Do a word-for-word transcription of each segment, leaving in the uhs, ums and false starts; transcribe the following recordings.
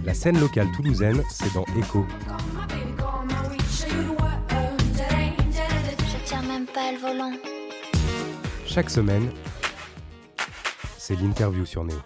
La scène locale toulousaine, c'est dans Echo. Je tiens même pas le volant. Chaque semaine, c'est l'interview sur Néo.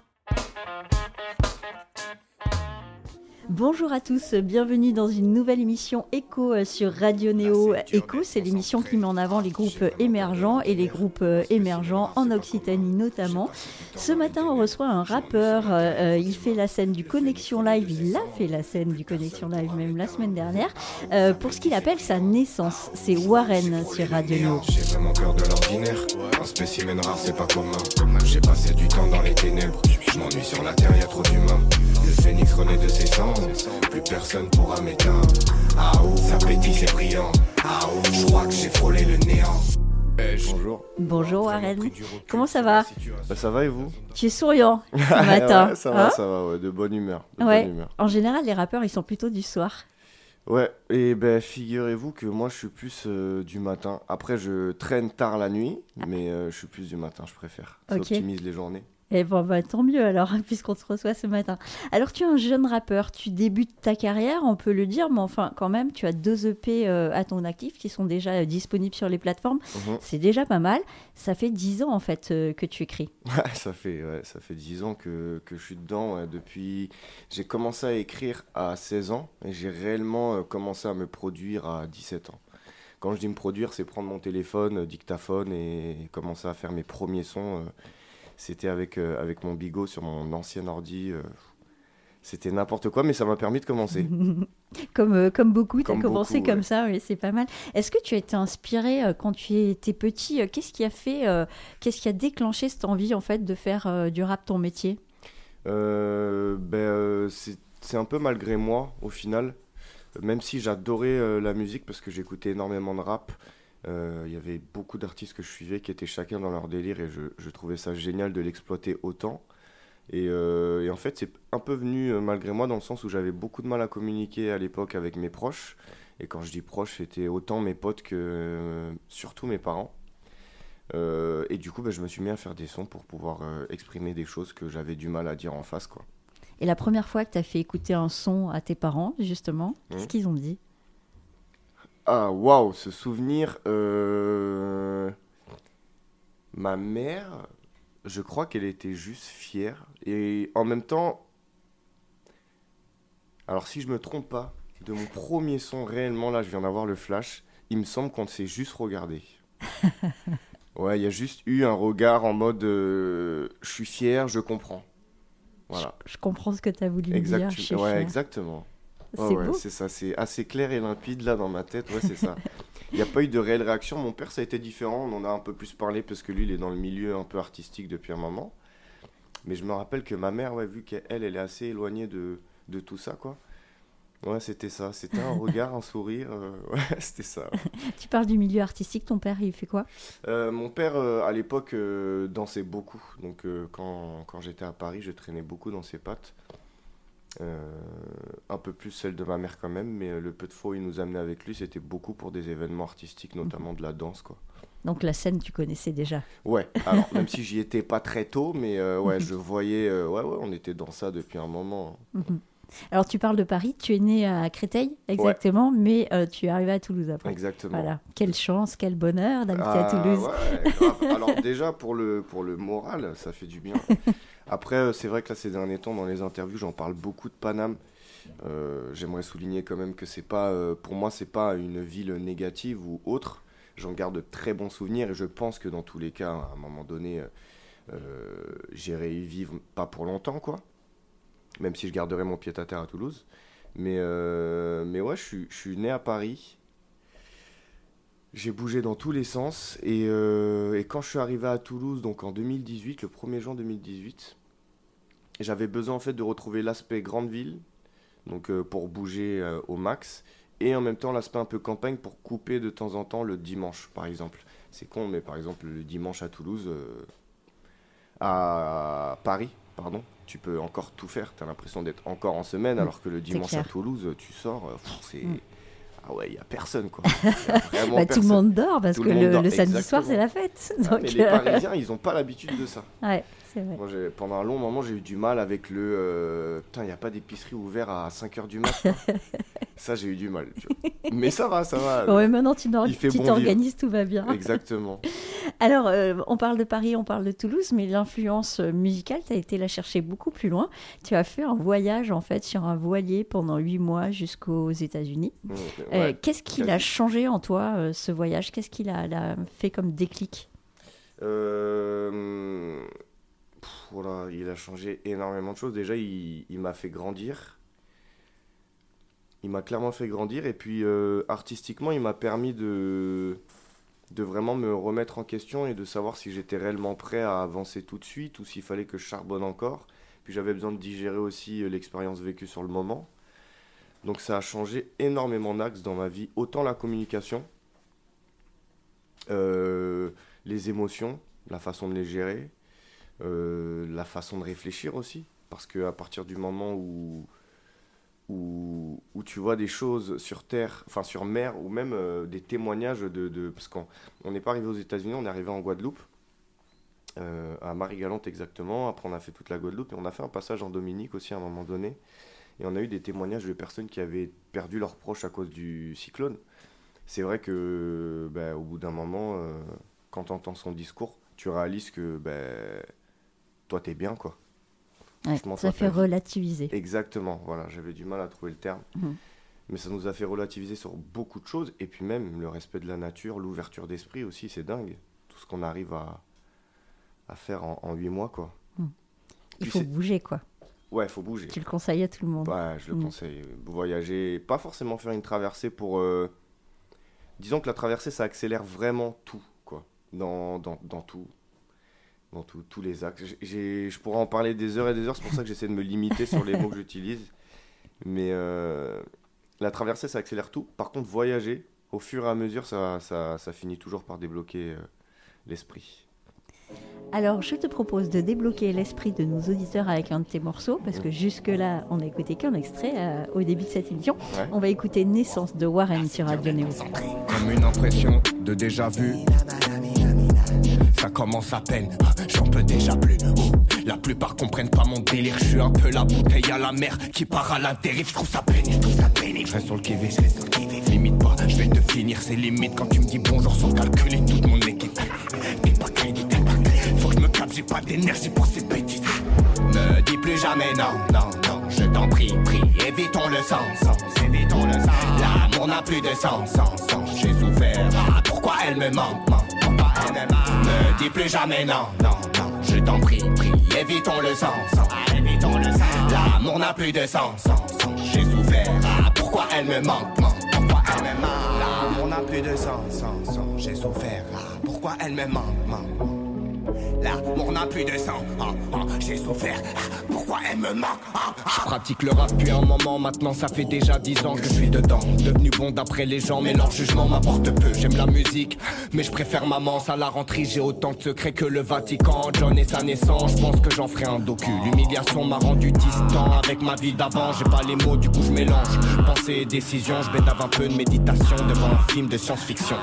Bonjour à tous, bienvenue dans une nouvelle émission Echo sur Radio Néo. Echo, c'est l'émission qui met en avant les groupes émergents et les groupes émergents en Occitanie notamment. Ce matin, on reçoit un rappeur, euh, il fait la scène du Connexion Live, il a fait la scène du Connexion Live même la semaine dernière, euh, pour ce qu'il appelle sa naissance. C'est Warren sur Radio Néo. J'ai vraiment peur de l'ordinaire, un spécimen rare c'est pas commun. J'ai passé du temps dans les ténèbres, je m'ennuie sur la terre, y'a trop d'humains. Le phénix renaît de ses cendres, plus personne pourra m'éteindre. Ah oh, ça pétille, c'est brillant. Ah oh, je crois que j'ai frôlé le néant. Bonjour. Bonjour Warren, comment ça va? Bah, ça va et vous? Tu es souriant ce matin. Ouais, ça va, hein ça va, ouais, de bonne humeur. De ouais. bonne humeur. En général, les rappeurs, ils sont plutôt du soir. Ouais, et ben figurez-vous que moi je suis plus euh, du matin. Après, je traîne tard la nuit, mais euh, je suis plus du matin, je préfère. Ça Ok. optimise les journées. Eh bon, bah, tant mieux alors, puisqu'on te reçoit ce matin. Alors, tu es un jeune rappeur, tu débutes ta carrière, on peut le dire, mais enfin, quand même, tu as deux E P euh, à ton actif qui sont déjà euh, disponibles sur les plateformes. Mhm. C'est déjà pas mal. Ça fait dix ans, en fait, euh, que tu écris. Ouais, ça fait, ouais, ça fait dix ans que, que je suis dedans. Ouais, depuis, j'ai commencé à écrire à seize ans et j'ai réellement euh, commencé à me produire à dix-sept ans. Quand je dis me produire, c'est prendre mon téléphone, euh, dictaphone et commencer à faire mes premiers sons. euh, C'était avec, euh, avec mon bigot sur mon ancien ordi. euh, C'était n'importe quoi, mais ça m'a permis de commencer. Comme, euh, comme beaucoup, tu as Comme commencé beaucoup, comme ouais. ça, oui, c'est pas mal. Est-ce que tu as été inspiré euh, quand tu étais petit euh, Qu'est-ce qui a fait, euh, qu'est-ce qui a déclenché cette envie, en fait, de faire euh, du rap ton métier? Euh, ben, euh, c'est, c'est un peu malgré moi, au final. Même si j'adorais euh, la musique, parce que j'écoutais énormément de rap, euh, il y avait beaucoup d'artistes que je suivais qui étaient chacun dans leur délire et je, je trouvais ça génial de l'exploiter autant. Et, euh, et en fait, c'est un peu venu euh, malgré moi dans le sens où j'avais beaucoup de mal à communiquer à l'époque avec mes proches. Et quand je dis proches, c'était autant mes potes que euh, surtout mes parents. Euh, et du coup, ben, je me suis mis à faire des sons pour pouvoir euh, exprimer des choses que j'avais du mal à dire en face, quoi. Et la première fois que tu as fait écouter un son à tes parents, justement, qu'est-ce Mhm. qu'ils ont dit? Ah, waouh, ce souvenir. euh, Ma mère, je crois qu'elle était juste fière. Et en même temps, alors si je me trompe pas, de mon premier son réellement, là, je viens d'avoir le flash, il me semble qu'on s'est juste regardé. Ouais, il y a juste eu un regard en mode euh, je suis fier, je comprends. Voilà. Je, je comprends ce que tu as voulu me Exact, dire. Je suis ouais, fière. exactement. Ouais, C'est ouais, beau. c'est ça, c'est assez clair et limpide là dans ma tête, ouais, c'est ça. Il n'y a pas eu de réelle réaction. Mon père, ça a été différent, on en a un peu plus parlé parce que lui, il est dans le milieu un peu artistique depuis un moment. Mais je me rappelle que ma mère, ouais, vu qu'elle, elle est assez éloignée de, de tout ça, quoi. Ouais, c'était ça, c'était un regard, un sourire, euh, ouais, c'était ça. Tu parles du milieu artistique, ton père, il fait quoi? Euh, mon père, euh, à l'époque, euh, dansait beaucoup. Donc, euh, quand, quand j'étais à Paris, je traînais beaucoup dans ses pattes. Euh, un peu plus celle de ma mère quand même, mais euh, le peu de fois où il nous amenait avec lui, c'était beaucoup pour des événements artistiques, notamment de la danse, quoi. Donc la scène, tu connaissais déjà. Ouais, alors même si j'y étais pas très tôt, mais euh, ouais, je voyais, euh, ouais, ouais, on était dans ça depuis un moment. Mhm. Alors tu parles de Paris, tu es né à Créteil, exactement, mais euh, tu es arrivé à Toulouse après. Exactement. Voilà, quelle chance, quel bonheur d'habiter Ah, à Toulouse. ouais, grave. Alors déjà, pour le, pour le moral, ça fait du bien. Après, euh, c'est vrai que là, ces derniers temps, dans les interviews, j'en parle beaucoup de Paname. Euh, j'aimerais souligner quand même que c'est pas, euh, pour moi, c'est pas une ville négative ou autre. J'en garde de très bons souvenirs et je pense que dans tous les cas, à un moment donné, euh, euh, j'irai y vivre pas pour longtemps, quoi. Même si je garderai mon pied-à-terre à Toulouse. Mais, euh, mais ouais, je suis, je suis né à Paris. J'ai bougé dans tous les sens. Et, euh, et quand je suis arrivé à Toulouse, donc en deux mille dix-huit, le premier juin deux mille dix-huit, j'avais besoin en fait de retrouver l'aspect grande ville, donc euh, pour bouger euh, au max, et en même temps l'aspect un peu campagne pour couper de temps en temps le dimanche, par exemple. C'est con, mais par exemple le dimanche à Toulouse, euh, à Paris, pardon, tu peux encore tout faire. Tu as l'impression d'être encore en semaine, Mmh, alors que le dimanche à clair. Toulouse, tu sors, euh, pff, c'est Mmh. ah ouais, il n'y a personne, quoi. Y a vraiment bah, personne. Tout le monde dort parce Tout que le, le, monde le dort, samedi exactement. soir, c'est la fête. Ah, Donc, mais les euh, Parisiens, ils n'ont pas l'habitude de ça. Ouais, c'est vrai. Moi, j'ai, pendant un long moment, j'ai eu du mal avec le... Euh, putain, il n'y a pas d'épicerie ouverte à cinq heures du matin. Ça, j'ai eu du mal. Tu vois. Mais ça va, ça va. Ouais, maintenant, tu, n'or- Il fait tu bon t'organises, tout va bien. Exactement. Alors, euh, on parle de Paris, on parle de Toulouse, mais l'influence musicale, tu as été la chercher beaucoup plus loin. Tu as fait un voyage, en fait, sur un voilier pendant huit mois jusqu'aux États-Unis. Mmh, ouais. Euh, qu'est-ce qui quasi. a changé en toi, euh, ce voyage? Qu'est-ce qui l'a, l'a fait comme déclic? Euh... Pff, voilà, il a changé énormément de choses. Déjà, il, il m'a fait grandir. Il m'a clairement fait grandir. Et puis, euh, artistiquement, il m'a permis de... de vraiment me remettre en question et de savoir si j'étais réellement prêt à avancer tout de suite ou s'il fallait que je charbonne encore. Puis j'avais besoin de digérer aussi l'expérience vécue sur le moment. Donc ça a changé énormément d'axes dans ma vie. Autant la communication, euh, les émotions, la façon de les gérer, euh, la façon de réfléchir aussi. Parce qu'à partir du moment où, où, où tu vois des choses sur terre, enfin sur mer, ou même euh, des témoignages de... de parce qu'on n'est pas arrivé aux États-Unis, on est arrivé en Guadeloupe, euh, à Marie-Galante exactement. Après on a fait toute la Guadeloupe et on a fait un passage en Dominique aussi à un moment donné. Et on a eu des témoignages de personnes qui avaient perdu leurs proches à cause du cyclone. C'est vrai que, bah, au bout d'un moment, euh, quand tu entends son discours, tu réalises que bah, toi, t'es bien, quoi. Ouais, Franchement, ça toi, fait t'as- relativiser. Exactement, voilà, j'avais du mal à trouver le terme. Mhm. Mais ça nous a fait relativiser sur beaucoup de choses. Et puis même le respect de la nature, l'ouverture d'esprit aussi, c'est dingue. Tout ce qu'on arrive à, à faire en, en huit mois, quoi. Il Puis faut c'est- bouger, quoi. Ouais, faut bouger. Tu le conseilles à tout le monde. Ouais, je le Mm. conseille. Voyager, pas forcément faire une traversée pour... euh, Disons que la traversée, ça accélère vraiment tout, quoi. Dans, dans, dans tout. Dans tout- tous les axes. J'ai- J'ai, je pourrais en parler des heures et des heures, c'est pour ça que j'essaie de me limiter sur les mots que j'utilise. Mais euh, la traversée, ça accélère tout. Par contre, voyager, au fur et à mesure, ça, ça, ça finit toujours par débloquer euh, l'esprit. Alors, je te propose de débloquer l'esprit de nos auditeurs avec un de tes morceaux, parce que jusque-là, on n'a écouté qu'un extrait euh, au début de cette émission. Ouais. On va écouter Naissance de Warren sur Radio Néo. Comme une impression de déjà vu. Ça commence à peine, j'en peux déjà plus. La plupart comprennent pas mon délire. Je suis un peu la bouteille à la mer qui part à la dérive. Je trouve ça pénible, je trouve ça pénible. Je reste sur le qui-vive, je reste sur le qui-vive. Limite pas, je vais te finir, c'est limite quand tu me dis bonjour sans calculer toute mon équipe. T'es pas crédit, t'es pas crédit. Faut que je me capte, j'ai pas d'énergie pour ces bêtises. Ne dis plus jamais non, non, non. Je t'en prie, prie, évitons le sang, sang, évitons le sang. L'amour n'a plus de sens, sens, sens. J'ai souffert, ah, pourquoi elle me manque, manque. Pourquoi elle me manque. Ne dis plus jamais non, non, non. Je t'en prie, prie, évitons le sang, sang, évitons le sang. L'amour n'a plus de sens, sens, sens. J'ai souffert, ah, pourquoi elle me manque, manque. Pourquoi elle me manque. L'amour n'a plus de sens, sens, sens. J'ai souffert, ah, pourquoi elle me manque, manque. L'amour n'a plus de sang, ah, ah, j'ai souffert, ah, pourquoi elle me manque, ah, ah. Je pratique le rap depuis un moment, maintenant ça fait déjà dix ans que je suis dedans. Devenu bon d'après les gens, mais leur jugement m'apporte peu. J'aime la musique, mais je préfère maman, ça la rentrée. J'ai autant de secrets que le Vatican. John et sa naissance, je pense que j'en ferai un docu. L'humiliation m'a rendu distant avec ma vie d'avant. J'ai pas les mots, du coup je mélange pensée et décision. Je bédave un peu de méditation devant un film de science-fiction.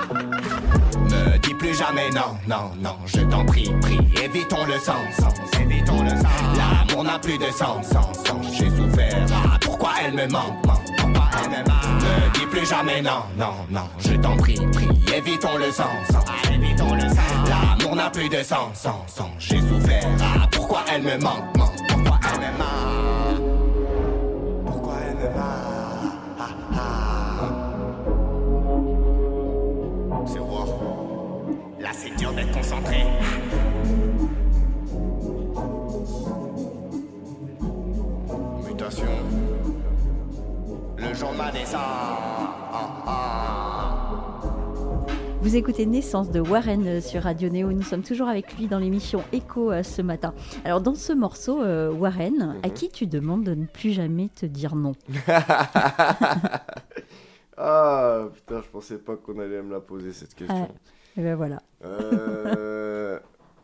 Ne dis plus jamais non, non, non, je t'en prie, prie, évitons le sang, sang, évitons le sang. L'amour n'a plus de sens, sens, sens. J'ai souffert, ah, pourquoi elle me manque, manque, pourquoi elle me manque. Ne dis plus jamais non, non, non, je t'en prie, prie, évitons le sang, sang, évitons le sang. L'amour n'a plus de sens, sens, sens. J'ai souffert, ah, pourquoi elle me manque, manque, pourquoi elle me manque. Pourquoi elle me manque, ah, ah. C'est wow. Là c'est dur d'être concentré. Mutation. Le jour de ma naissance. Ah, ah. Vous écoutez Naissance de Warren sur Radio Néo. Nous sommes toujours avec lui dans l'émission Echo euh, ce matin. Alors, dans ce morceau, euh, Warren, Mm-hmm. à qui tu demandes de ne plus jamais te dire non? Ah putain, je pensais pas qu'on allait me la poser cette question. Ouais. Et ben voilà. Euh,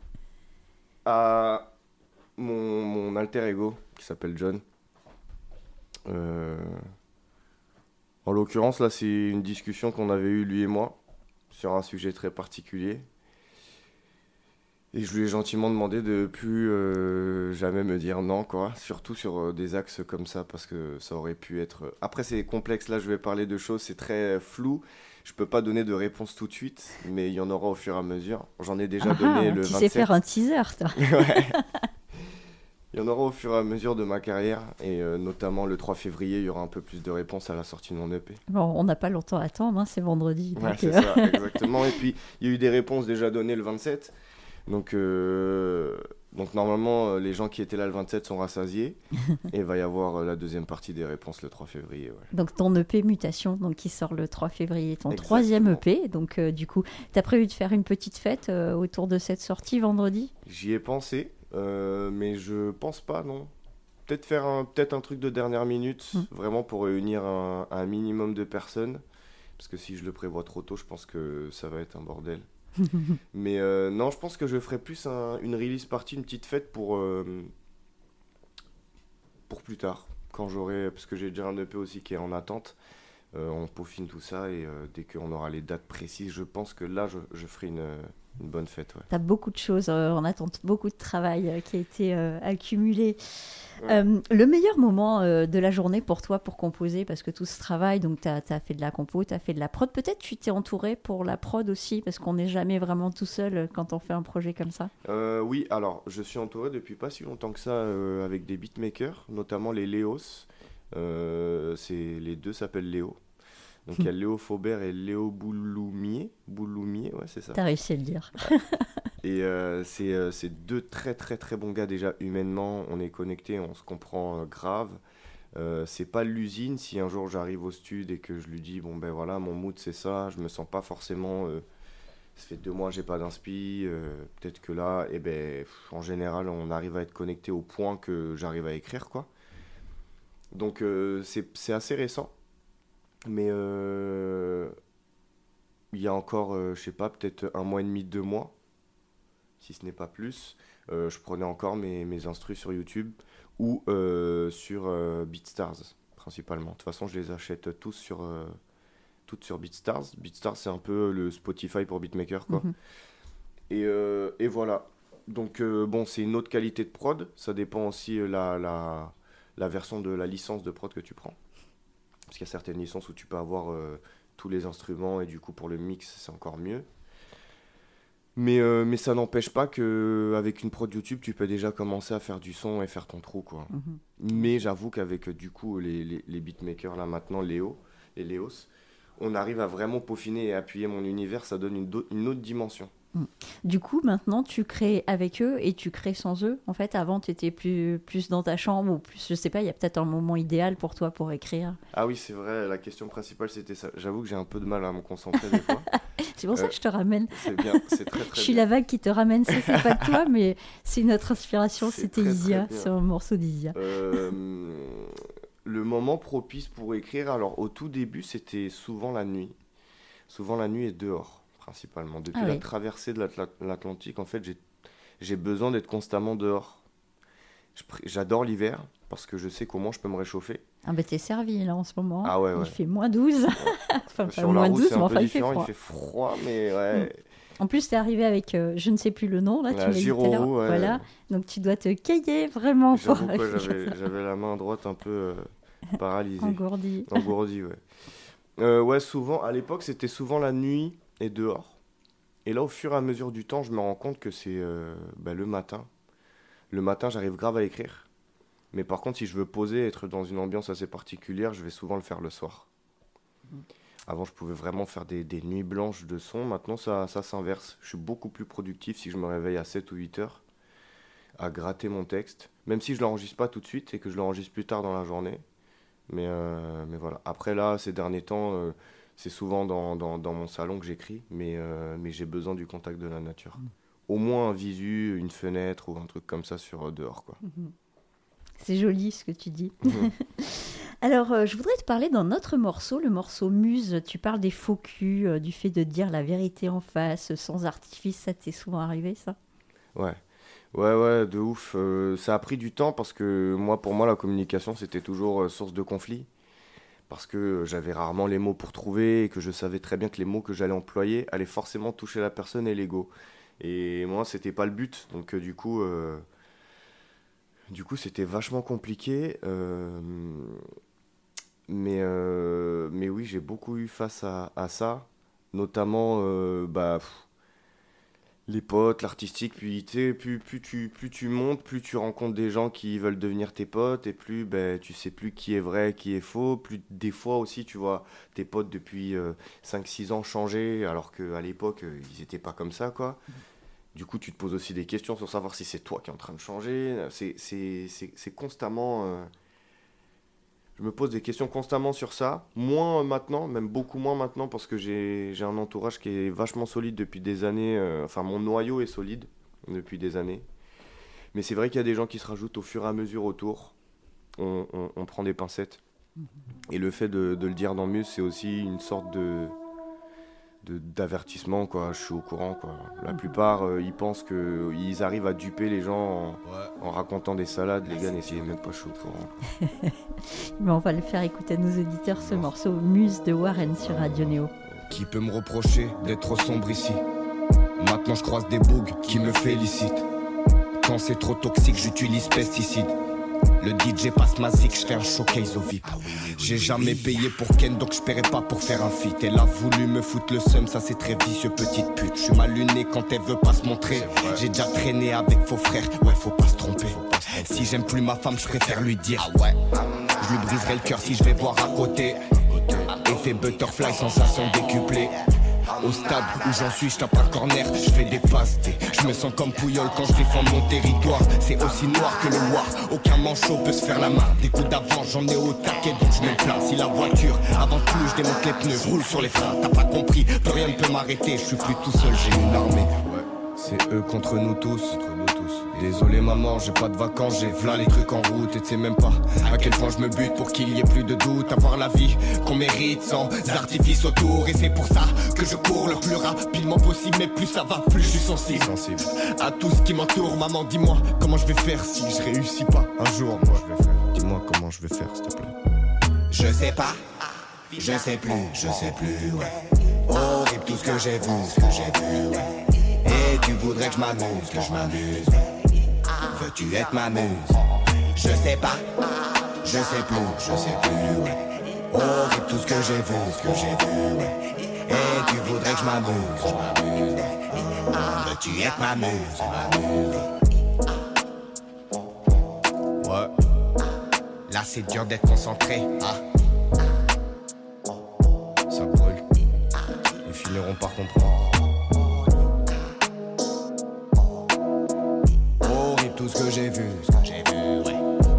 à mon, mon alter ego qui s'appelle John. Euh, En l'occurrence, là, c'est une discussion qu'on avait eue, lui et moi, sur un sujet très particulier. Et je lui ai gentiment demandé de plus euh, jamais me dire non, quoi. Surtout sur euh, des axes comme ça, parce que ça aurait pu être... Après, c'est complexe, là, je vais parler de choses, c'est très flou. Je peux pas donner de réponse tout de suite, mais il y en aura au fur et à mesure. J'en ai déjà Ah, donné le tu vingt-sept. sais faire un teaser, toi. Ouais. Il y en aura au fur et à mesure de ma carrière, et euh, notamment le trois février, il y aura un peu plus de réponses à la sortie de mon E P. Bon, on n'a pas longtemps à attendre, hein, c'est vendredi. Ouais, donc, c'est euh, ça, exactement. Et puis, il y a eu des réponses déjà données le vingt-sept. Donc, euh, donc normalement, euh, les gens qui étaient là le vingt-sept sont rassasiés. Et il va y avoir euh, la deuxième partie des réponses le trois février. Ouais. Donc ton E P Mutation, donc, qui sort le trois février, ton Exactement. troisième E P. Donc euh, du coup, tu as prévu de faire une petite fête euh, autour de cette sortie vendredi? J'y ai pensé, euh, mais je pense pas, non. Peut-être faire un, peut-être un truc de dernière minute, Mm. vraiment pour réunir un, un minimum de personnes. Parce que si je le prévois trop tôt, je pense que ça va être un bordel. Mais euh, non, je pense que je ferai plus un- une release party, une petite fête pour, euh, pour plus tard. Quand j'aurai, parce que j'ai déjà un E P aussi qui est en attente. Euh, on peaufine tout ça et euh, dès qu'on aura les dates précises, je pense que là, je, je ferai une, une bonne fête. Ouais. Tu as beaucoup de choses euh, en attente, beaucoup de travail euh, qui a été euh, accumulé. Ouais. Euh, le meilleur moment euh, de la journée pour toi pour composer, parce que tout ce travail, donc tu as fait de la compo, tu as fait de la prod, peut-être tu t'es entouré pour la prod aussi, parce qu'on n'est jamais vraiment tout seul euh, quand on fait un projet comme ça. Euh, oui, alors je suis entouré depuis pas si longtemps que ça euh, avec des beatmakers, notamment les Léos. Euh, c'est, les deux s'appellent Léo. Donc il y a Léo Faubert et Léo Bouloumier. Bouloumier, ouais, c'est ça. Tu as réussi à le dire. Et euh, c'est, euh, c'est deux très très très bons gars déjà humainement. On est connectés, on se comprend euh, grave. Euh, c'est pas l'usine si un jour j'arrive au stud et que je lui dis bon ben voilà mon mood c'est ça, je me sens pas forcément. Euh, ça fait deux mois que j'ai pas d'inspi. Euh, peut-être que là, eh ben pff, en général on arrive à être connecté au point que j'arrive à écrire quoi. Donc euh, c'est, c'est assez récent. Mais euh, il y a encore, euh, je sais pas, peut-être un mois et demi, deux mois, si ce n'est pas plus, euh, je prenais encore mes, mes instrus sur YouTube ou euh, sur euh, BeatStars, principalement. De toute façon, je les achète tous sur, euh, toutes sur BeatStars. BeatStars, c'est un peu le Spotify pour beatmaker, quoi. Mhm. Et, euh, et voilà. Donc, euh, bon, c'est une autre qualité de prod. Ça dépend aussi euh, la, la, la version de la licence de prod que tu prends. Parce qu'il y a certaines licences où tu peux avoir euh, tous les instruments et du coup pour le mix c'est encore mieux. Mais, euh, mais ça n'empêche pas qu'avec une prod YouTube tu peux déjà commencer à faire du son et faire ton trou quoi. Mhm. Mais j'avoue qu'avec euh, du coup les, les, les beatmakers là maintenant, Léo, les Léos, on arrive à vraiment peaufiner et appuyer mon univers, ça donne une, do- une autre dimension. Du coup, maintenant, tu crées avec eux et tu crées sans eux. En fait, avant, tu étais plus, plus dans ta chambre ou plus, je sais pas, il y a peut-être un moment idéal pour toi pour écrire. Ah oui c'est vrai, la question principale c'était ça. J'avoue que j'ai un peu de mal à me concentrer des fois. C'est pour ça Euh, que je te ramène. C'est bien, c'est très très Je suis bien. la vague qui te ramène, c'est c'est pas que toi, mais c'est notre inspiration, C'est c'était très, très Isia, bien. c'est un morceau d'Isia. Euh, le moment propice pour écrire, alors au tout début, c'était souvent la nuit. Souvent la nuit et dehors, principalement. Depuis Ah la oui. traversée de l'Atla- l'Atlantique, en fait, j'ai, j'ai besoin d'être constamment dehors. Je pr- J'adore l'hiver parce que je sais comment je peux me réchauffer. Ah bah t'es servi là en ce moment. Ah ouais, ouais. Il fait moins douze. Enfin, pas Sur la moins route, douze, c'est mais un peu enfin il fait différent. froid. Il fait froid, mais ouais. En plus, t'es arrivé avec, euh, je ne sais plus le nom, là, tu La m'as dit tout à l'heure. Giro, ouais. Voilà. Donc tu dois te cailler vraiment pour J'avoue quoi, écrire j'avais, ça. j'avais la main droite un peu euh, paralysée. Engourdi. Engourdi, ouais. Euh, ouais, souvent, à l'époque, c'était souvent la nuit et dehors. Et là, au fur et à mesure du temps, je me rends compte que c'est euh, bah, le matin. Le matin, j'arrive grave à écrire. Mais par contre, si je veux poser, être dans une ambiance assez particulière, je vais souvent le faire le soir. Avant, je pouvais vraiment faire des, des nuits blanches de son. Maintenant, ça, ça s'inverse. Je suis beaucoup plus productif si je me réveille à sept ou huit heures à gratter mon texte. Même si je ne l'enregistre pas tout de suite et que je l'enregistre plus tard dans la journée. Mais, euh, mais voilà. Après, là, ces derniers temps, euh, c'est souvent dans, dans, dans mon salon que j'écris. Mais, euh, mais j'ai besoin du contact de la nature. Au moins un visu, une fenêtre ou un truc comme ça sur euh, dehors, quoi. C'est joli ce que tu dis. Mhm. Alors, euh, je voudrais te parler d'un autre morceau, le morceau Muse. Tu parles des faux culs, euh, du fait de dire la vérité en face, sans artifice. Ça t'est souvent arrivé, ça? Ouais, ouais, ouais, de ouf. Euh, ça a pris du temps parce que moi, pour moi, la communication, c'était toujours euh, source de conflit. parce que j'avais rarement les mots pour trouver et que je savais très bien que les mots que j'allais employer allaient forcément toucher la personne et l'ego. Et moi, c'était pas le but, donc euh, du coup, euh, du coup, c'était vachement compliqué. Euh, mais, euh, mais oui, j'ai beaucoup eu face à, à ça, notamment euh, bah, pff, les potes, l'artistique. Puis plus, plus, tu, plus tu montes, plus tu rencontres des gens qui veulent devenir tes potes, et plus bah, tu sais plus qui est vrai, qui est faux. Plus des fois aussi, tu vois tes potes depuis euh, cinq six ans changer, alors qu'à l'époque, euh, ils étaient pas comme ça, quoi. Du coup, tu te poses aussi des questions sur savoir si c'est toi qui es en train de changer. C'est, c'est, c'est, c'est constamment... Euh... Je me pose des questions constamment sur ça. Moins maintenant, même beaucoup moins maintenant, parce que j'ai, j'ai un entourage qui est vachement solide depuis des années. Euh... Enfin, mon noyau est solide depuis des années. Mais c'est vrai qu'il y a des gens qui se rajoutent au fur et à mesure autour. On, on, on prend des pincettes. Et le fait de, de le dire dans Muse, c'est aussi une sorte de... De, d'avertissement, quoi. Je suis au courant, quoi. La plupart euh, ils pensent qu'ils arrivent à duper les gens en, ouais. en racontant des salades. Les gars, n'essayez même pas, je suis au courant. Mais on va le faire écouter à nos auditeurs, ce morceau Muse de Warren sur Radio Néo. Qui peut me reprocher d'être trop sombre ici? Maintenant je croise des bougs qui me félicitent. Quand c'est trop toxique, j'utilise pesticides. Le D J passe ma zik, je fais un showcase au V I P. J'ai jamais payé pour Ken, donc je paierai pas pour faire un feat. Elle a voulu me foutre le seum, ça c'est très vicieux, petite pute. Je suis mal luné quand elle veut pas se montrer. J'ai déjà traîné avec faux frères, ouais faut pas se tromper. Si j'aime plus ma femme, je préfère lui dire ah ouais. Je lui briserai le cœur si je vais voir à côté. Effet butterfly, sensation décuplée. Au stade où j'en suis, je tape un corner, je fais des passes. Je me sens comme Pouyol quand je défends mon territoire. C'est aussi noir que le noir, aucun manchot peut se faire la main. Des coups d'avance, j'en ai au taquet, donc je me plains. Si la voiture avance plus, je démonte les pneus, je roule sur les freins. T'as pas compris, plus rien ne peut m'arrêter, je suis plus tout seul, j'ai une armée. C'est eux contre nous tous, contre nous tous. Désolé maman, j'ai pas de vacances, j'ai v'là les trucs en route. Et tu sais même pas à quel point je me bute pour qu'il y ait plus de doute. Avoir la vie qu'on mérite sans artifice autour. Et c'est pour ça que je cours le plus rapidement possible. Mais plus ça va, plus je suis sensible, sensible à tout ce qui m'entoure. Maman, dis-moi comment je vais faire si je réussis pas un jour. Moi je vais faire, dis-moi comment je vais faire s'il te plaît. Je sais pas, je sais plus, je sais plus, ouais. Horrible tout ce que j'ai vu, ce que j'ai vu, ouais. Et tu voudrais que je m'amuse, que je m'amuse. Veux-tu être ma muse? Je sais pas, je sais plus, je sais plus, ouais. Horrible tout ce que j'ai vu, ce que j'ai vu, ouais. Et tu voudrais que je m'amuse, je m'amuse. Veux-tu être ma muse, ma muse? Ouais. Là c'est dur d'être concentré, ah. Ça brûle. Ils finiront par comprendre. Tout ce que j'ai vu, ce que j'ai vu, ouais.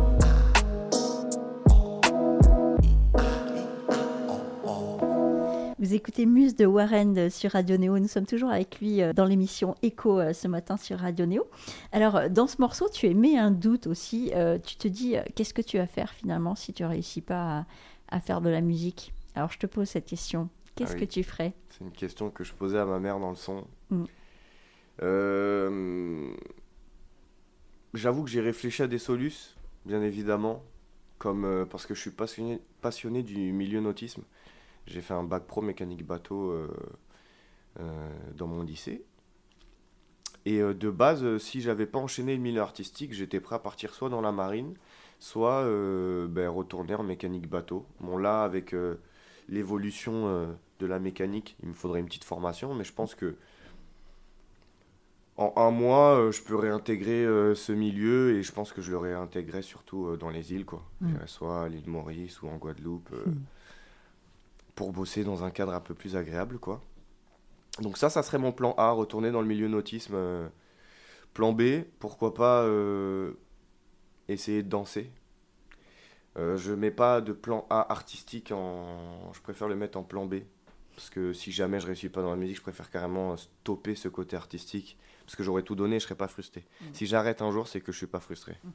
Vous écoutez Muse de Warren sur Radio Néo. Nous sommes toujours avec lui dans l'émission Echo ce matin sur Radio Néo. Alors, dans ce morceau, tu émets un doute aussi. Euh, tu te dis, qu'est-ce que tu vas faire finalement si tu ne réussis pas à, à faire de la musique? Alors, je te pose cette question. Qu'est-ce ah oui. que tu ferais? C'est une question que je posais à ma mère dans le son. Mm. Euh... J'avoue que j'ai réfléchi à des solutions, bien évidemment, comme, euh, parce que je suis passionné, passionné du milieu nautisme. J'ai fait un bac pro mécanique bateau euh, euh, dans mon lycée. Et euh, de base, euh, si j'avais pas enchaîné le milieu artistique, j'étais prêt à partir soit dans la marine, soit euh, ben, retourner en mécanique bateau. Bon là, avec euh, l'évolution euh, de la mécanique, il me faudrait une petite formation, mais je pense que en un mois, euh, je peux réintégrer euh, ce milieu et je pense que je le réintégrerai surtout euh, dans les îles, quoi. Mmh. Soit à l'île Maurice ou en Guadeloupe, euh, mmh. pour bosser dans un cadre un peu plus agréable, quoi. Donc ça, ça serait mon plan A, retourner dans le milieu nautisme. Euh, plan B, pourquoi pas euh, essayer de danser. Euh, je mets pas de plan A artistique, en... je préfère le mettre en plan B. Parce que si jamais je réussis pas dans la musique, je préfère carrément stopper ce côté artistique. Parce que j'aurais tout donné, je serais pas frustré. Mmh. Si j'arrête un jour, c'est que je suis pas frustré. Mmh.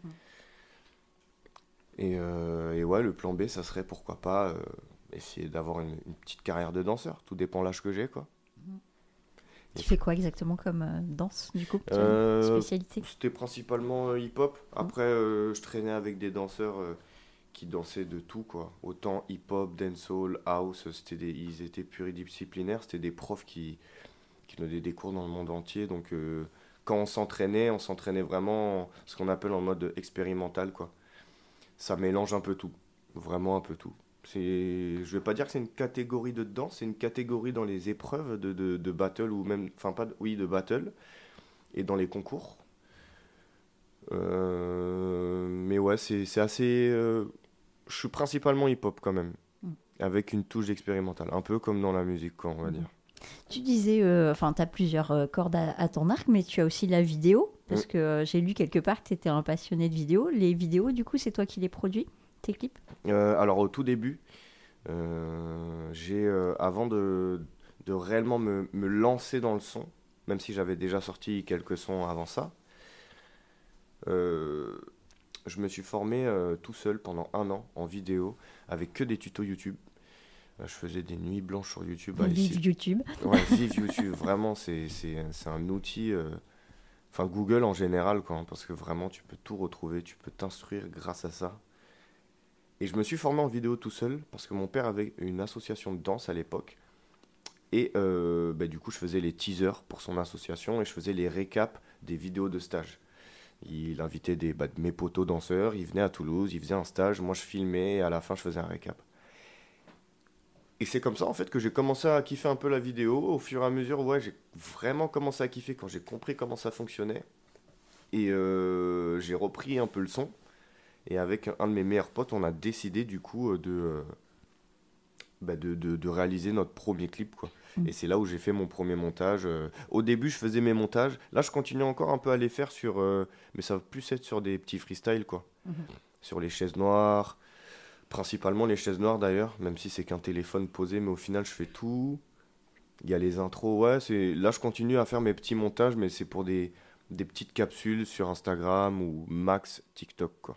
Et, euh, et ouais, le plan B, ça serait pourquoi pas euh, essayer d'avoir une, une petite carrière de danseur. Tout dépend de l'âge que j'ai, quoi. Mmh. Tu fais quoi exactement comme euh, danse, du coup? euh, spécialité? C'était principalement euh, hip-hop. Après, mmh. euh, je traînais avec des danseurs... Euh, qui dansaient de tout, quoi. Autant hip-hop, dancehall, house, c'était des, ils étaient pluridisciplinaires, c'était des profs qui, qui donnaient des cours dans le monde entier. Donc, euh, quand on s'entraînait, on s'entraînait vraiment ce qu'on appelle en mode expérimental, quoi. Ça mélange un peu tout, vraiment un peu tout. C'est, je vais pas dire que c'est une catégorie de danse, c'est une catégorie dans les épreuves de, de, de battle, ou même, enfin pas, de, oui, de battle, et dans les concours. Euh, mais ouais, c'est, c'est assez... Euh, je suis principalement hip-hop quand même, mm. avec une touche d'expérimental, un peu comme dans la musique, quoi, on va mm. dire. Tu disais, enfin, euh, tu as plusieurs euh, cordes à, à ton arc, mais tu as aussi la vidéo, parce mm. que euh, j'ai lu quelque part que tu étais un passionné de vidéo. Les vidéos, du coup, c'est toi qui les produis, tes clips ? euh, Alors, au tout début, euh, j'ai, euh, avant de, de réellement me, me lancer dans le son, même si j'avais déjà sorti quelques sons avant ça, euh, je me suis formé euh, tout seul pendant un an en vidéo, avec que des tutos YouTube. Je faisais des nuits blanches sur YouTube. Bah, vive ici. YouTube. Ouais, vive YouTube. Vraiment, c'est, c'est, c'est un outil... Euh... Enfin, Google en général, quoi, hein, parce que vraiment, tu peux tout retrouver, tu peux t'instruire grâce à ça. Et je me suis formé en vidéo tout seul, parce que mon père avait une association de danse à l'époque. Et euh, bah, du coup, je faisais les teasers pour son association, et je faisais les récaps des vidéos de stage. Il invitait des, bah, mes potos danseurs, il venait à Toulouse, il faisait un stage, moi je filmais, et à la fin, je faisais un récap. Et c'est comme ça, en fait, que j'ai commencé à kiffer un peu la vidéo. Au fur et à mesure, ouais, j'ai vraiment commencé à kiffer quand j'ai compris comment ça fonctionnait. Et euh, j'ai repris un peu le son. Et avec un de mes meilleurs potes, on a décidé, du coup, de, euh, bah de, de, de réaliser notre premier clip, quoi. Mmh. Et c'est là où j'ai fait mon premier montage. Au début, je faisais mes montages. Là, je continue encore un peu à les faire sur... Euh, mais ça va plus être sur des petits freestyles, quoi. Mmh. Sur les chaises noires... Principalement les chaises noires d'ailleurs, même si c'est qu'un téléphone posé, mais au final je fais tout. Il y a les intros, ouais, c'est... là je continue à faire mes petits montages, mais c'est pour des, des petites capsules sur Instagram ou max TikTok, quoi.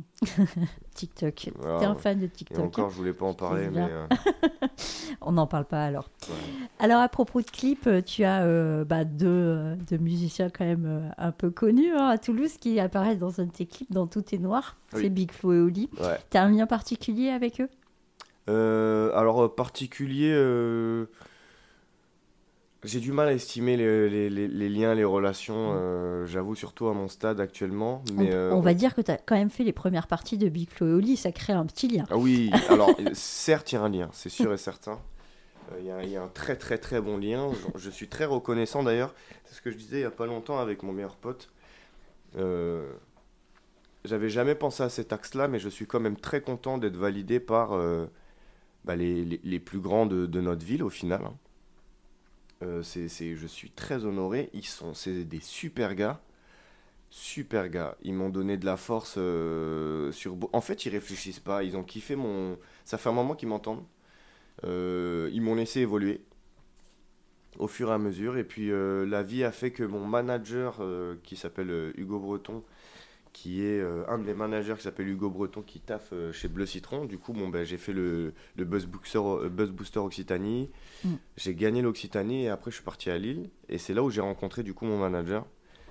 TikTok, voilà, t'es un fan de TikTok. Et encore, je voulais pas en parler, mais... Euh... On n'en parle pas alors. Ouais. Alors à propos de clips, tu as euh, bah, deux, deux musiciens quand même euh, un peu connus hein, à Toulouse qui apparaissent dans un de tes clips, dans Tout est noir. Oui. C'est Big Flo et Oli. Ouais. T'as un lien particulier avec eux ? euh, Alors particulier... Euh... J'ai du mal à estimer les, les, les, les liens, les relations, euh, j'avoue, surtout à mon stade actuellement. Mais on, euh, on va dire que tu as quand même fait les premières parties de Big Flo et Oli, ça crée un petit lien. Ah oui, alors certes, il y a un lien, c'est sûr et certain. Il euh, y, y a un très très très bon lien. Je, je suis très reconnaissant d'ailleurs. C'est ce que je disais il n'y a pas longtemps avec mon meilleur pote. Euh, j'avais jamais pensé à cet axe-là, mais je suis quand même très content d'être validé par euh, bah, les, les, les plus grands de, de notre ville au final. Hein. Euh, c'est, c'est, je suis très honoré. Ils sont, c'est des super gars, super gars. Ils m'ont donné de la force. Euh, sur, en fait, ils réfléchissent pas. Ils ont kiffé mon. Ça fait un moment qu'ils m'entendent. Euh, ils m'ont laissé évoluer au fur et à mesure. Et puis euh, la vie a fait que mon manager, euh, qui s'appelle euh, Hugo Breton, qui est euh, un de mes managers qui s'appelle Hugo Breton, qui taffe euh, chez Bleu Citron. Du coup, bon, ben, j'ai fait le, le Buzz Booster, euh, Buzz Booster Occitanie. Mm. J'ai gagné l'Occitanie et après, je suis parti à Lille. Et c'est là où j'ai rencontré du coup mon manager.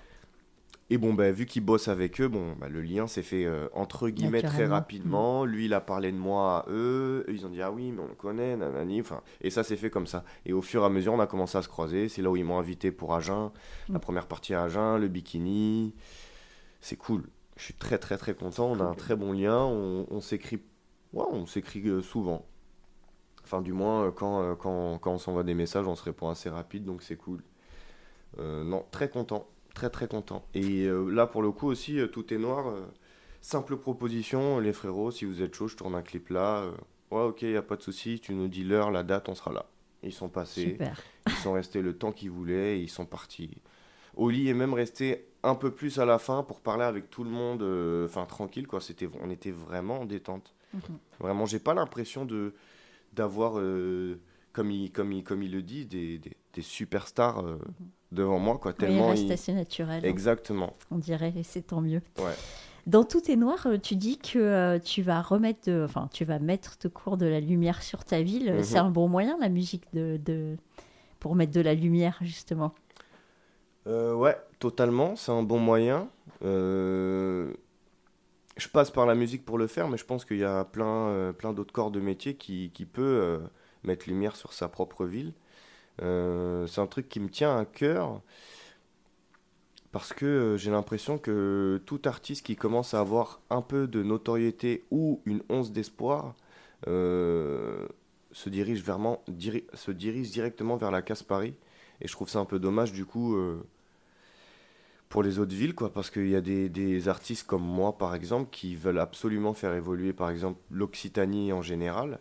Et bon, ben, vu qu'il bosse avec eux, bon, ben, le lien s'est fait euh, entre guillemets très rapidement. Mm. Lui, il a parlé de moi à eux. Eux, ils ont dit « Ah oui, mais on le connaît, nanani. » Enfin, et ça s'est fait comme ça. Et au fur et à mesure, on a commencé à se croiser. C'est là où ils m'ont invité pour Agen. Mm. La première partie à Agen, le bikini... C'est cool, je suis très très très content, on a un très bon lien, on, on s'écrit, ouais, on s'écrit souvent. Enfin du moins quand, quand, quand on s'envoie des messages, on se répond assez rapide, donc c'est cool. Euh, non, très content, très très content. Et euh, là pour le coup aussi, euh, Tout est noir, euh, simple proposition, les frérots, si vous êtes chaud, je tourne un clip là. Euh, ouais ok, y a pas de souci, tu nous dis l'heure, la date, on sera là. Ils sont passés, Super. Ils sont restés le temps qu'ils voulaient, et ils sont partis. Oli est même resté un peu plus à la fin pour parler avec tout le monde, enfin euh, tranquille quoi. C'était, on était vraiment en détente. Mm-hmm. Vraiment, j'ai pas l'impression de d'avoir, euh, comme il comme il comme il le dit, des des, des superstars euh, mm-hmm. devant moi quoi. Tellement oui, il reste il... assez naturel. Exactement. Hein. On dirait, et c'est tant mieux. Ouais. Dans Tout est noir, tu dis que euh, tu vas remettre, de, enfin tu vas mettre de cours de la lumière sur ta ville. Mm-hmm. C'est un bon moyen la musique de, de pour mettre de la lumière justement. Euh, ouais, totalement, c'est un bon moyen. Euh, je passe par la musique pour le faire, mais je pense qu'il y a plein, euh, plein d'autres corps de métier qui, qui peut euh, mettre lumière sur sa propre ville. Euh, c'est un truc qui me tient à cœur parce que euh, j'ai l'impression que tout artiste qui commence à avoir un peu de notoriété ou une once d'espoir euh, se, dirige vraiment, diri- se dirige directement vers la casse Paris. Et je trouve ça un peu dommage du coup euh, pour les autres villes, quoi, parce qu'il y a des, des artistes comme moi par exemple qui veulent absolument faire évoluer par exemple l'Occitanie en général.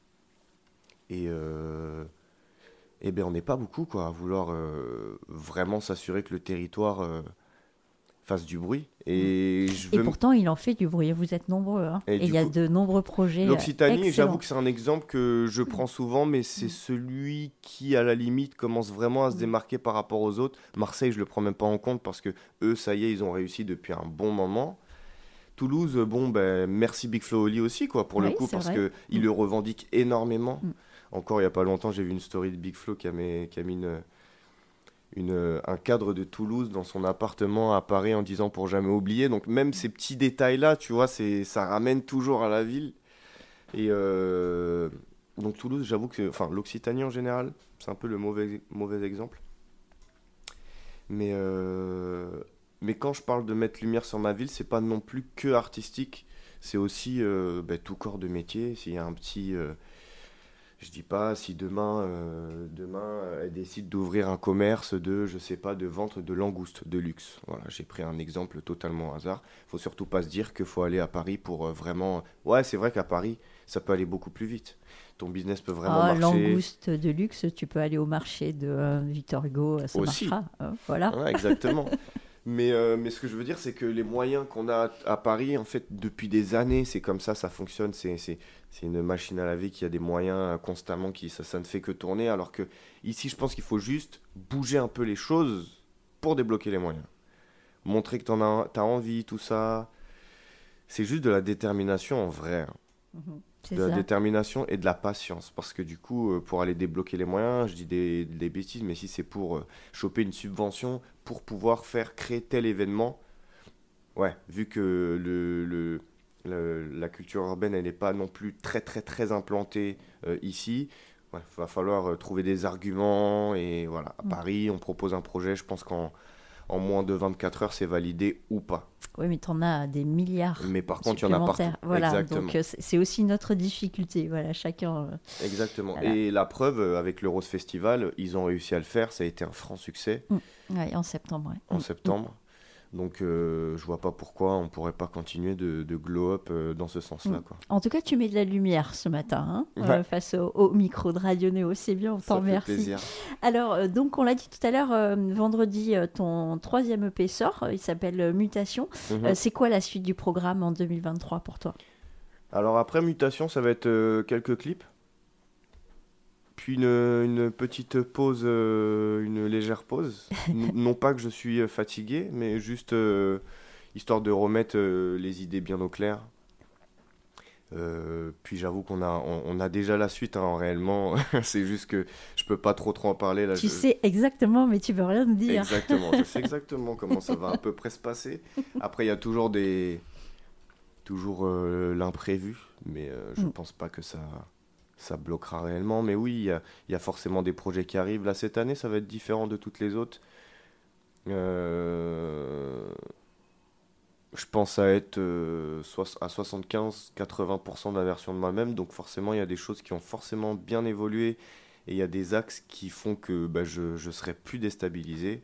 Et, euh, et ben on n'est pas beaucoup quoi, à vouloir euh, vraiment s'assurer que le territoire euh, fasse du bruit. Et, je Et veux... pourtant, il en fait du bruit. Vous êtes nombreux. Hein. Et Et il du y a coup, de nombreux projets. euh, L'Occitanie, excellents. j'avoue que c'est un exemple que je prends souvent, mais c'est celui qui, à la limite, commence vraiment à se démarquer par rapport aux autres. Marseille, je le prends même pas en compte parce que eux, ça y est, ils ont réussi depuis un bon moment. Toulouse, bon, ben, merci Big Flo Oli aussi, quoi, pour le Oui, coup, c'est parce vrai. qu'ils Mm. le revendiquent énormément. Mm. Encore il y a pas longtemps, j'ai vu une story de Big Flo qui a mis, qui a mis une, une, un cadre de Toulouse dans son appartement à Paris en disant pour jamais oublier. Donc même ces petits détails-là, tu vois, c'est, ça ramène toujours à la ville. Et euh, donc Toulouse, j'avoue que, enfin l'Occitanie en général, c'est un peu le mauvais, mauvais exemple. Mais, euh, mais quand je parle de mettre lumière sur ma ville, c'est pas non plus que artistique, c'est aussi euh, ben, tout corps de métier. S'il y a un petit... euh, je dis pas si demain, euh, demain elle décide d'ouvrir un commerce de, je sais pas, de vente de langoustes de luxe. Voilà, j'ai pris un exemple totalement au hasard. Faut surtout pas se dire qu'il faut aller à Paris pour euh, vraiment. Ouais, c'est vrai qu'à Paris, ça peut aller beaucoup plus vite. Ton business peut vraiment Ah, marcher. langouste de luxe, tu peux aller au marché de euh, Victor Hugo, ça Aussi. marchera. euh, voilà. Ouais, exactement. Mais, euh, mais ce que je veux dire, c'est que les moyens qu'on a à, à Paris, en fait, depuis des années, c'est comme ça, ça fonctionne. C'est, c'est, c'est une machine à laver qui a des moyens euh, constamment, qui, ça, ça ne fait que tourner. Alors que ici, je pense qu'il faut juste bouger un peu les choses pour débloquer les moyens. Montrer que tu as envie, tout ça. C'est juste de la détermination en vrai. Hein. Mhm. C'est De la ça. détermination et de la patience. Parce que du coup, euh, pour aller débloquer les moyens, je dis des, des bêtises, mais si c'est pour euh, choper une subvention pour pouvoir faire créer tel événement, ouais, vu que le, le, le- la culture urbaine, elle n'est pas non plus très très très implantée euh, ici, il va falloir euh, trouver des arguments. Et voilà, à Mm. Paris, on propose un projet, je pense qu'en en moins de vingt-quatre heures, c'est validé ou pas. Oui, mais tu en as des milliards. Mais par contre, il y en a partout. supplémentaires. Voilà, Exactement. donc euh, c'est c'est aussi notre difficulté. Voilà, chacun. euh, Exactement. Voilà. Et la preuve, euh, avec le Rose Festival, ils ont réussi à le faire. Ça a été un franc succès ouais, en septembre. ouais. en Mm. septembre. Donc, euh, je vois pas pourquoi on pourrait pas continuer de, de glow up euh, dans ce sens-là, Mm. quoi. En tout cas, tu mets de la lumière ce matin hein, Ouais. euh, face au, au micro de Radio Néo. C'est bien, on Ça t'en fait remercie. plaisir. Alors, euh, donc, on l'a dit tout à l'heure, euh, vendredi, euh, ton troisième E P sort. euh, Il s'appelle euh, Mutation. Mhm. Euh, c'est quoi la suite du programme en deux mille vingt-trois pour toi? Alors après Mutation, ça va être euh, quelques clips. Puis une, une petite pause, euh, une légère pause. N- non pas que je suis euh, fatigué, mais juste euh, histoire de remettre euh, les idées bien au clair. Euh, puis j'avoue qu'on a, on, on a déjà la suite, hein, réellement. C'est juste que je peux pas trop trop en parler là. Tu je- sais exactement, mais tu veux rien nous dire. Exactement, je sais exactement comment ça va à peu près se passer. Après, il y a toujours des, toujours euh, l'imprévu, mais euh, je Mm. pense pas que ça, ça bloquera réellement. Mais oui, il y a, il y a forcément des projets qui arrivent. Là, cette année, ça va être différent de toutes les autres. Euh, Je pense à être euh, soix- à soixante-quinze à quatre-vingts pour cent de la version de moi-même. Donc forcément, il y a des choses qui ont forcément bien évolué. Et il y a des axes qui font que bah, je, je serai plus déstabilisé.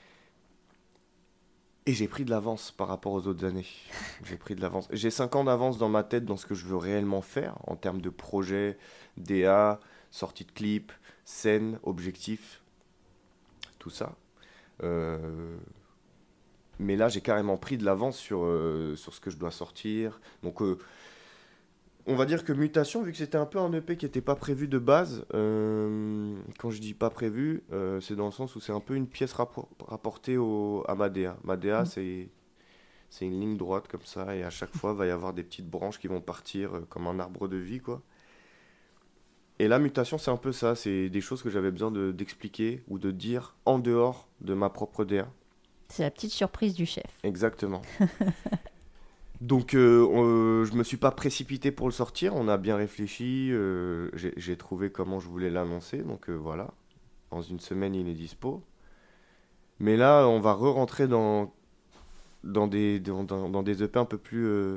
Et j'ai pris de l'avance par rapport aux autres années. J'ai pris de l'avance. J'ai cinq ans d'avance dans ma tête dans ce que je veux réellement faire en termes de projet, D A, sortie de clip, scène, objectif, tout ça. Euh, Mais là, j'ai carrément pris de l'avance sur, euh, sur ce que je dois sortir. Donc, euh, on va dire que Mutation, vu que c'était un peu un E P qui n'était pas prévu de base, euh, quand je dis pas prévu, euh, c'est dans le sens où c'est un peu une pièce rappor- rapportée au, à ma D A. Ma D A, Mm. c'est, c'est une ligne droite comme ça, et à chaque fois, il va y avoir des petites branches qui vont partir euh, comme un arbre de vie, quoi. Et la Mutation, c'est un peu ça. C'est des choses que j'avais besoin de, d'expliquer ou de dire en dehors de ma propre D A. C'est la petite surprise du chef. Exactement. Donc euh, euh, je me suis pas précipité pour le sortir, on a bien réfléchi, euh, j'ai, j'ai trouvé comment je voulais l'annoncer, donc euh, voilà, dans une semaine il est dispo. Mais là on va re-rentrer dans, dans, des, dans, dans, dans des E P un peu plus... Euh,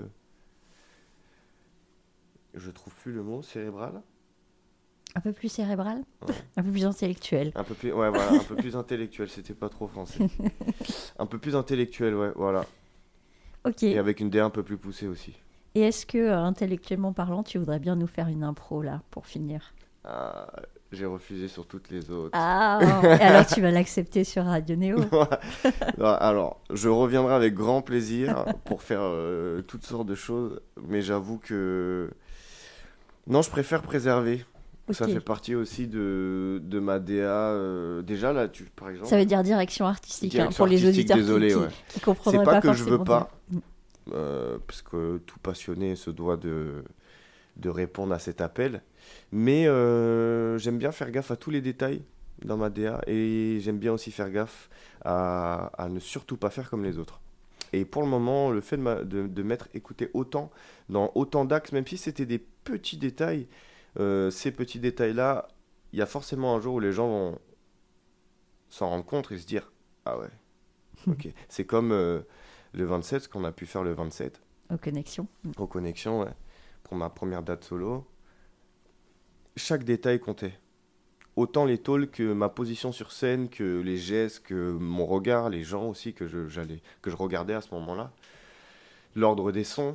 je trouve plus le mot, cérébral. Un peu plus cérébral, ouais. Un peu plus intellectuel. Un peu plus, ouais, voilà, un peu plus intellectuel, c'était pas trop français. Un peu plus intellectuel, ouais, voilà. Ok. Et avec une D A un peu plus poussée aussi. Et est-ce que, euh, intellectuellement parlant, tu voudrais bien nous faire une impro, là, pour finir? Ah, j'ai refusé sur toutes les autres. Ah, et alors tu vas l'accepter sur Radio Néo? Non, alors, je reviendrai avec grand plaisir pour faire euh, toutes sortes de choses, mais j'avoue que... Non, je préfère préserver. Okay. Ça fait partie aussi de, de ma D A. Euh, déjà, là, tu, par exemple... Ça veut dire direction artistique, direction hein, pour artistique, les auditeurs désolé, qui, ouais. qui, qui comprendraient pas. C'est pas, pas que je veux pas, mm. euh, parce que tout passionné se doit de, de répondre à cet appel. Mais euh, j'aime bien faire gaffe à tous les détails dans ma D A, et j'aime bien aussi faire gaffe à, à ne surtout pas faire comme les autres. Et pour le moment, le fait de, ma, de, de m'être écouté autant, dans autant d'axes, même si c'était des petits détails, euh, ces petits détails-là, il y a forcément un jour où les gens vont s'en rendre compte et se dire « Ah ouais, ok ». C'est comme euh, le vingt-sept, ce qu'on a pu faire le vingt-sept. Aux Connexions. Aux Connexions, ouais. Pour ma première date solo. Chaque détail comptait. Autant les talks que ma position sur scène, que les gestes, que mon regard, les gens aussi que je, j'allais, que je regardais à ce moment-là. L'ordre des sons.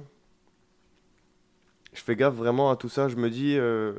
Je fais gaffe vraiment à tout ça. Je me dis... Euh...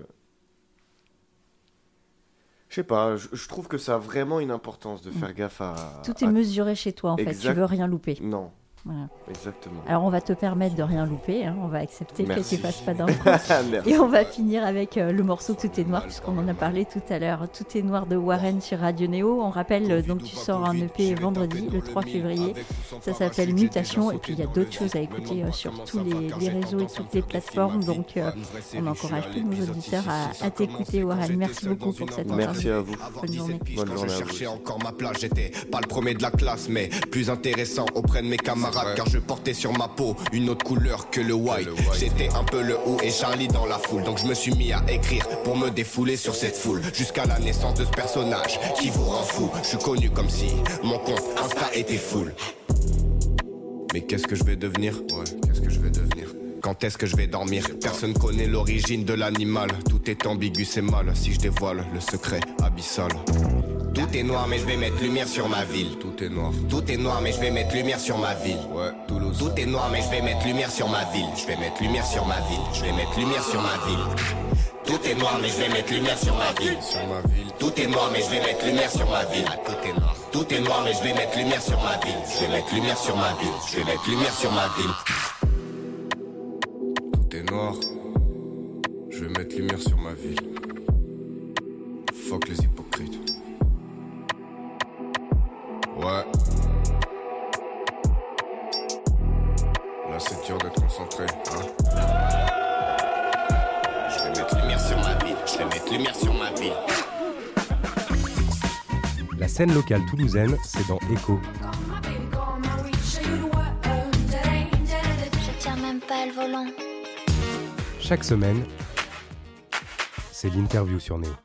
Je sais pas, je, je trouve que ça a vraiment une importance de faire gaffe à... Tout est à... mesuré chez toi, en exact... fait. Tu veux rien louper. Non. Voilà. Exactement. Alors on va te permettre de rien louper, hein. On va accepter Merci. que tu fasses pas d'impro. Et on va finir avec euh, le morceau Tout est noir, puisqu'on en a parlé tout à l'heure. Tout est noir de Warren sur Radio Néo. On rappelle, euh, donc tu sors un E P vendredi, le trois février. Ça s'appelle Mutation, et puis il y a d'autres choses à écouter euh, sur tous les, les réseaux et toutes les plateformes. Donc euh, on encourage tous nos auditeurs à, à t'écouter, Warren. Merci beaucoup pour cette interview. Merci à vous. Bonne journée. Bonne journée je à vous. cherchais encore ma place, j'étais pas le premier de la classe, mais plus intéressant auprès de mes camarades, car je portais sur ma peau une autre couleur que le white. J'étais un peu le ou et Charlie dans la foule, donc je me suis mis à écrire pour me défouler sur cette foule, jusqu'à la naissance de ce personnage qui vous rend fou. Je suis connu comme si mon compte Insta était full. Mais qu'est-ce que je vais devenir? Ouais, qu'est-ce que je vais devenir? Quand est-ce que je vais dormir? Personne connaît l'origine de l'animal. Tout est ambigu, c'est mal si je dévoile le secret abyssal. Tout est noir mais je vais mettre lumière sur ma ville. Tout est noir. Tout est noir mais je vais mettre lumière sur ma ville. Ouais, Toulouse. Tout est noir mais je vais mettre lumière sur ma ville. Je vais mettre lumière sur ma ville. Je vais mettre lumière sur ma ville. Tout est noir mais je vais mettre lumière sur ma ville. Sur ma ville. Tout est noir mais je vais mettre lumière sur ma ville. Tout est noir. Tout est noir mais je vais mettre lumière sur ma ville. Je vais mettre lumière sur ma ville. Je vais mettre lumière sur ma ville. Tout est noir. Je vais mettre lumière sur ma ville. Fuck les hypocrites. Ouais. Là c'est dur d'être concentré, hein. Je vais mettre lumière sur ma ville. Je vais mettre lumière sur ma ville. La scène locale toulousaine, c'est dans Echo. Je tiens même pas le volant. Chaque semaine, c'est l'interview sur Néo.